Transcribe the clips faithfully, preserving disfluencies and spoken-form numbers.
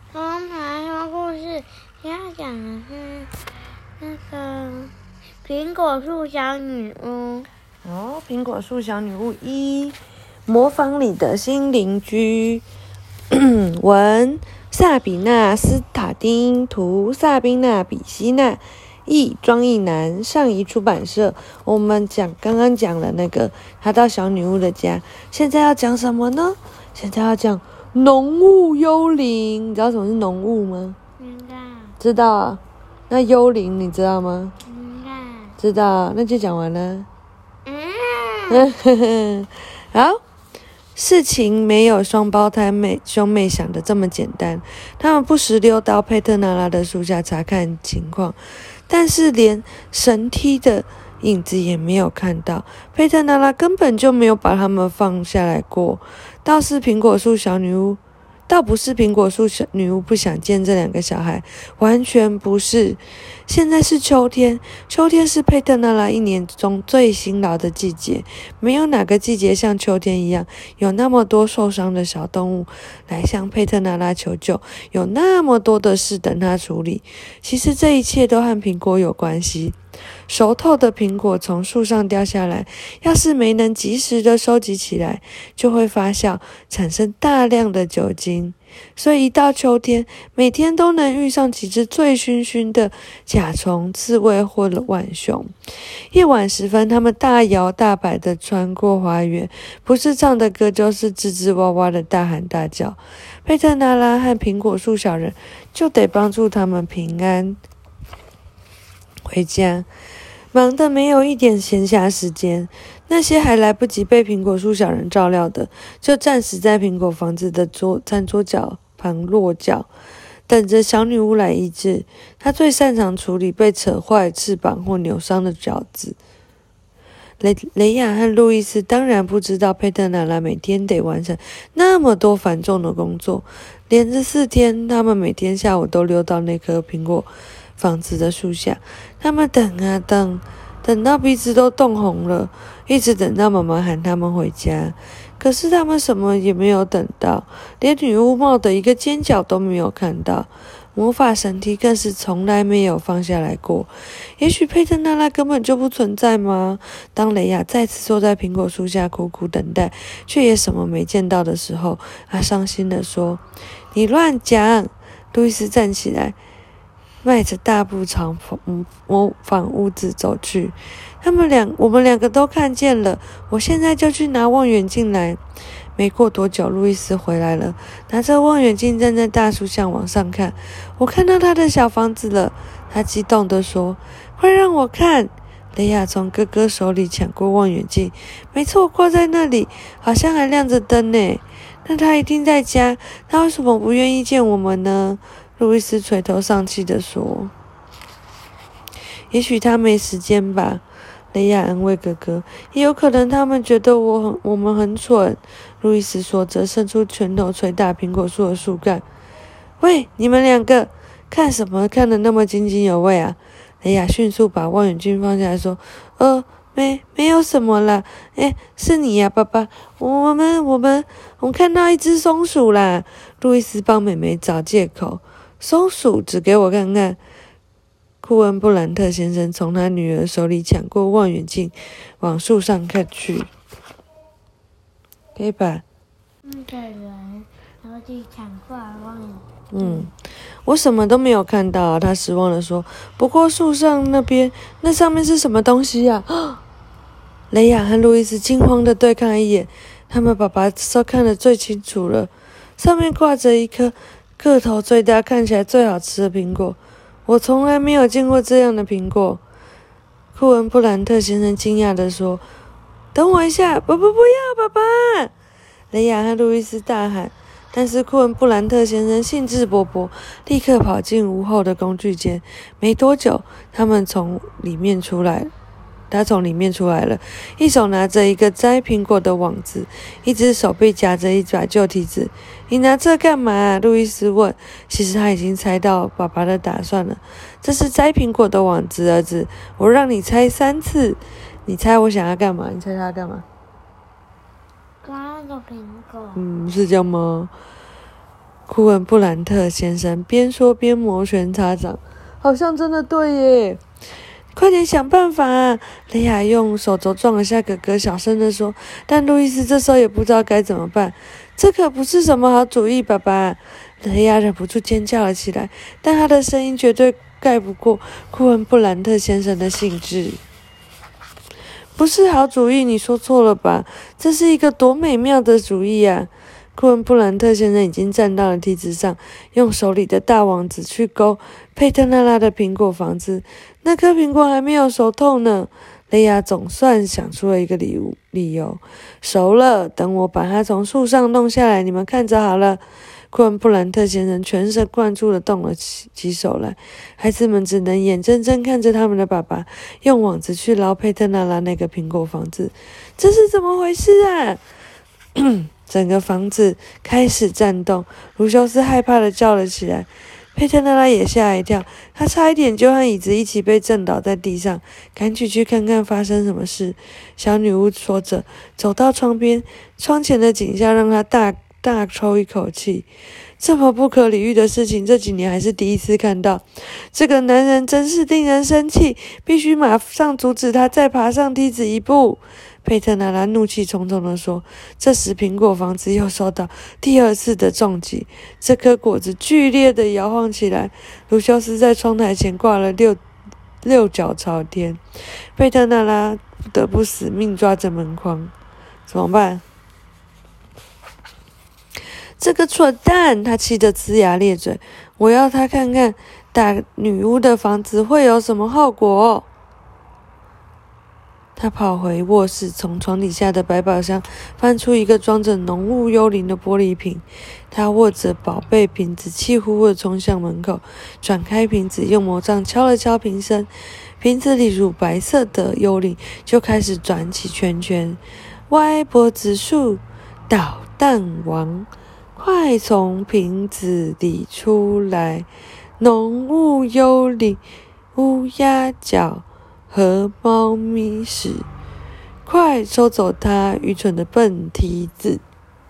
刚才说故事要讲的是那个苹果树小女巫。 哦，苹果树小女巫一，模仿里的新邻居。文萨比娜·斯塔丁，图萨宾娜·比希纳，译庄义南，上译出版社。我们讲刚刚讲了那个他到小女巫的家，现在要讲什么呢？现在要讲浓雾幽灵。你知道什么是浓雾吗？ 知道。 知道啊。那幽灵你知道吗？ 知道。 知道，那就讲完了。 嗯。 好。事情没有双胞胎妹兄妹想的这么简单，他们不时溜到佩特纳拉的树下查看情况，但是连绳梯的影子也没有看到。佩特纳拉根本就没有把他们放下来过。倒是苹果树小女巫，倒不是苹果树小女巫不想见这两个小孩，完全不是。现在是秋天，秋天是佩特纳拉一年中最辛劳的季节，没有哪个季节像秋天一样，有那么多受伤的小动物来向佩特纳拉求救，有那么多的事等他处理。其实这一切都和苹果有关系。熟透的苹果从树上掉下来，要是没能及时的收集起来，就会发酵，产生大量的酒精。所以一到秋天，每天都能遇上几只醉醺醺的甲虫、刺猬或浣熊。夜晚时分，他们大摇大摆地穿过花园，不是唱的歌，就是吱吱哇哇的大喊大叫。佩特纳拉和苹果树小人就得帮助他们平安回家，忙得没有一点闲暇时间。那些还来不及被苹果树小人照料的，就暂时在苹果房子的桌餐桌角旁落脚，等着小女巫来医治。她最擅长处理被扯坏翅膀或扭伤的脚趾。雷雷亚和路易斯当然不知道佩特纳拉每天得完成那么多繁重的工作。连着四天，他们每天下午都溜到那棵苹果房子的树下，他们等啊等，等到鼻子都冻红了，一直等到妈妈喊他们回家。可是他们什么也没有等到，连女巫帽的一个尖角都没有看到，魔法绳梯更是从来没有放下来过。也许佩特纳拉根本就不存在吗？当雷亚再次坐在苹果树下苦苦等待，却也什么没见到的时候，他伤心地说：“你乱讲！”路易斯站起来，迈着大步朝模仿屋子走去。他们两，我们两个都看见了。我现在就去拿望远镜来。没过多久，路易斯回来了，拿着望远镜站在大树下往上看。我看到他的小房子了，他激动地说：“快让我看！”雷亚从哥哥手里抢过望远镜，没错，挂在那里，好像还亮着灯呢。那他一定在家，他为什么不愿意见我们呢？路易斯垂头丧气地说：“也许他没时间吧。”雷亚安慰哥哥，也有可能他们觉得我很我们很蠢。路易斯说着，伸出拳头捶打苹果树的树干。喂，你们两个看什么看得那么津津有味啊？雷亚迅速把望远镜放下来说：“呃，没没有什么啦。哎，是你呀，爸爸。我们我们我们看到一只松鼠啦。”路易斯帮妹妹找借口。松鼠，指给我看看。库恩布兰特先生从他女儿手里抢过望远镜，往树上看去。可以吧？ 那个人然后就抢过来望远镜。 嗯，我什么都没有看到啊，他失望地说。不过树上那边，那上面是什么东西呀、啊？雷亚和路易斯惊慌地对看一眼，他们爸爸都看得最清楚了。上面挂着一颗个头最大、看起来最好吃的苹果。我从来没有见过这样的苹果。库恩布兰特先生惊讶地说：“等我一下，不不不要，爸爸！”雷亚和路易斯大喊。但是库恩布兰特先生兴致勃勃，立刻跑进屋后的工具间。没多久，他们从里面出来，他从里面出来了，一手拿着一个摘苹果的网子，一只手臂夹着一把旧梯子。“你拿这干嘛啊？”路易斯问。其实他已经猜到爸爸的打算了。“这是摘苹果的网子，儿子，我让你猜三次。你猜我想要干嘛？你猜他要干嘛？”“ 抓那个苹果。”“ 嗯，是这样吗？” 库恩布兰特先生边说边摩拳擦掌，好像真的对耶！快点想办法啊！雷亚用手肘撞了下哥哥，小声地说。但路易斯这时候也不知道该怎么办。这可不是什么好主意，爸爸！雷亚忍不住尖叫了起来，但他的声音绝对盖不过库恩布兰特先生的兴致。不是好主意，你说错了吧？这是一个多美妙的主意啊！库恩布兰特先生已经站到了梯子上，用手里的大网子去勾佩特娜拉的苹果房子。那颗苹果还没有熟透呢。雷亚总算想出了一个理由，理由熟了，等我把它从树上弄下来，你们看着好了。库恩布兰特先生全神贯注地动了起起手来，孩子们只能眼睁睁看着他们的爸爸用网子去捞佩特娜拉那个苹果房子。这是怎么回事啊？整个房子开始颤动，卢修斯害怕地叫了起来。佩特娜拉也吓一跳，她差一点就和椅子一起被震倒在地上，赶紧去看看发生什么事。小女巫说着，走到窗边，窗前的景象让她大大抽一口气。这么不可理喻的事情，这几年还是第一次看到。这个男人真是令人生气，必须马上阻止他再爬上梯子一步。佩特娜拉怒气冲冲地说。这时苹果房子又受到第二次的重击，这颗果子剧烈地摇晃起来。卢修斯在窗台前挂了六六脚朝天，佩特娜拉不得不死命抓着门框。怎么办？这个蠢蛋，他气得呲牙咧嘴。我要他看看打女巫的房子会有什么后果。他跑回卧室，从床底下的百宝箱翻出一个装着浓雾幽灵的玻璃瓶。他握着宝贝瓶子，气呼呼地冲向门口，转开瓶子，用魔杖敲了敲瓶身，瓶子里乳白色的幽灵就开始转起圈圈。歪脖子树，捣蛋王，快从瓶子里出来！浓雾幽灵，乌鸦脚和猫咪屎，快收走他愚蠢的笨蹄子！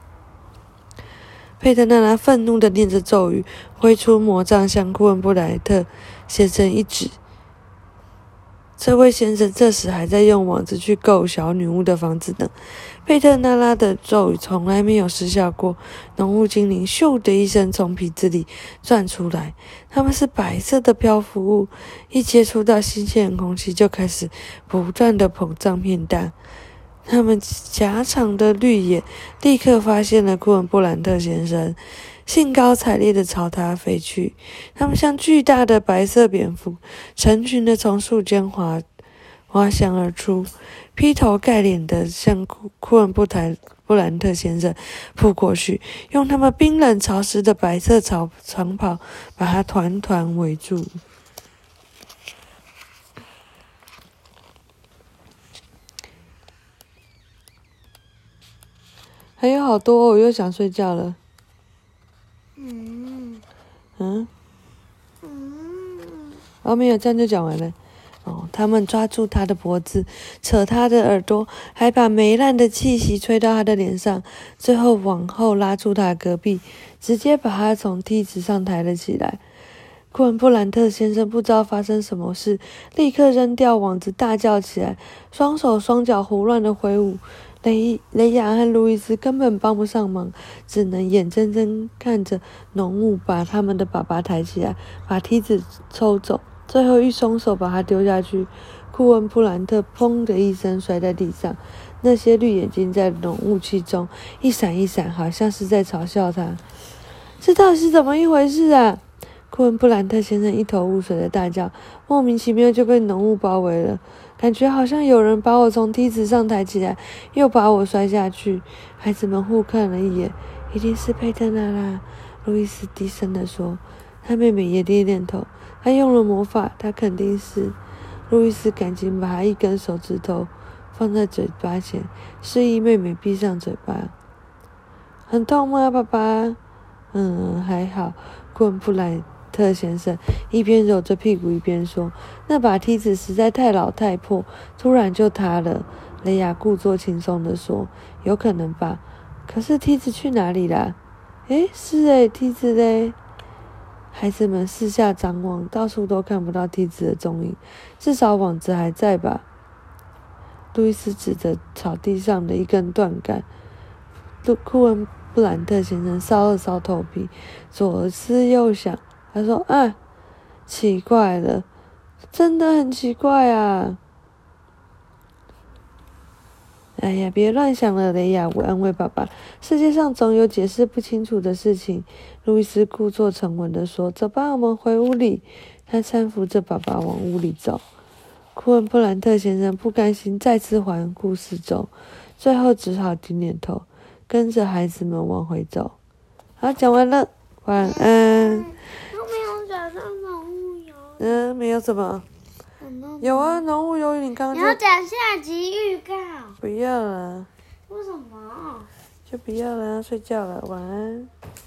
佩特娜拉愤怒地念着咒语，挥出魔杖向库恩布莱特先生一指。这位先生这时还在用网子去够小女巫的房子呢。佩特娜拉的咒语从来没有失效过，浓雾精灵咻的一声从瓶子里钻出来，它们是白色的漂浮物，一接触到新鲜的空气就开始不断的膨胀变大。它们狭长的绿眼立刻发现了库恩布兰特先生，兴高采烈地朝他飞去。它们像巨大的白色蝙蝠，成群地从树间滑滑翔而出，劈头盖脸地向库库恩布台布兰特先生扑过去，用他们冰冷潮湿的白色长长袍把他团团围住。还有好多哦，我又想睡觉了。 嗯嗯嗯， 哦，没有，这样就讲完了。哦，他们抓住他的脖子，扯他的耳朵，还把霉烂的气息吹到他的脸上，最后往后拉住他的胳臂，直接把他从梯子上抬了起来。库恩布兰特先生不知道发生什么事，立刻扔掉网子，大叫起来，双手双脚胡乱的挥舞。雷雷亚和路易斯根本帮不上忙，只能眼睁睁看着浓雾把他们的爸爸抬起来，把梯子抽走，最后一松手把他丢下去。库恩布兰特砰的一声摔在地上，那些绿眼睛在浓雾气中一闪一闪，好像是在嘲笑他。这到底是怎么一回事啊？库恩布兰特先生一头雾水的大叫，莫名其妙就被浓雾包围了，感觉好像有人把我从梯子上抬起来，又把我摔下去。孩子们互看了一眼，一定是佩特娜拉。路易斯低声地说，他妹妹也点点头，他用了魔法，他肯定是。路易斯赶紧把他一根手指头放在嘴巴前，示意妹妹闭上嘴巴。很痛吗，爸爸？嗯，还好。库恩布莱特先生一边揉着屁股一边说，那把梯子实在太老太破，突然就塌了。雷亚故作轻松地说，有可能吧，可是梯子去哪里啦？ 诶，是诶，梯子嘞。孩子们四下张望，到处都看不到梯子的踪影，至少网子还在吧？路易斯指着草地上的一根断杆。库恩布兰特先生搔了搔头皮，左思右想。他说：“啊，奇怪了，真的很奇怪啊！”哎呀，别乱想了，雷亚，我安慰爸爸。世界上总有解释不清楚的事情。路易斯故作沉稳地说：“走吧，我们回屋里。”他搀扶着爸爸往屋里走。库恩布兰特先生不甘心，再次环顾四周，最后只好点点头，跟着孩子们往回走。好，讲完了，晚安。 都没有讲到农物游。 嗯，没有什么。有啊，农物游你刚刚就。 你要讲下集预告。 不要了。 为什么？ 就不要了，睡觉了，晚安。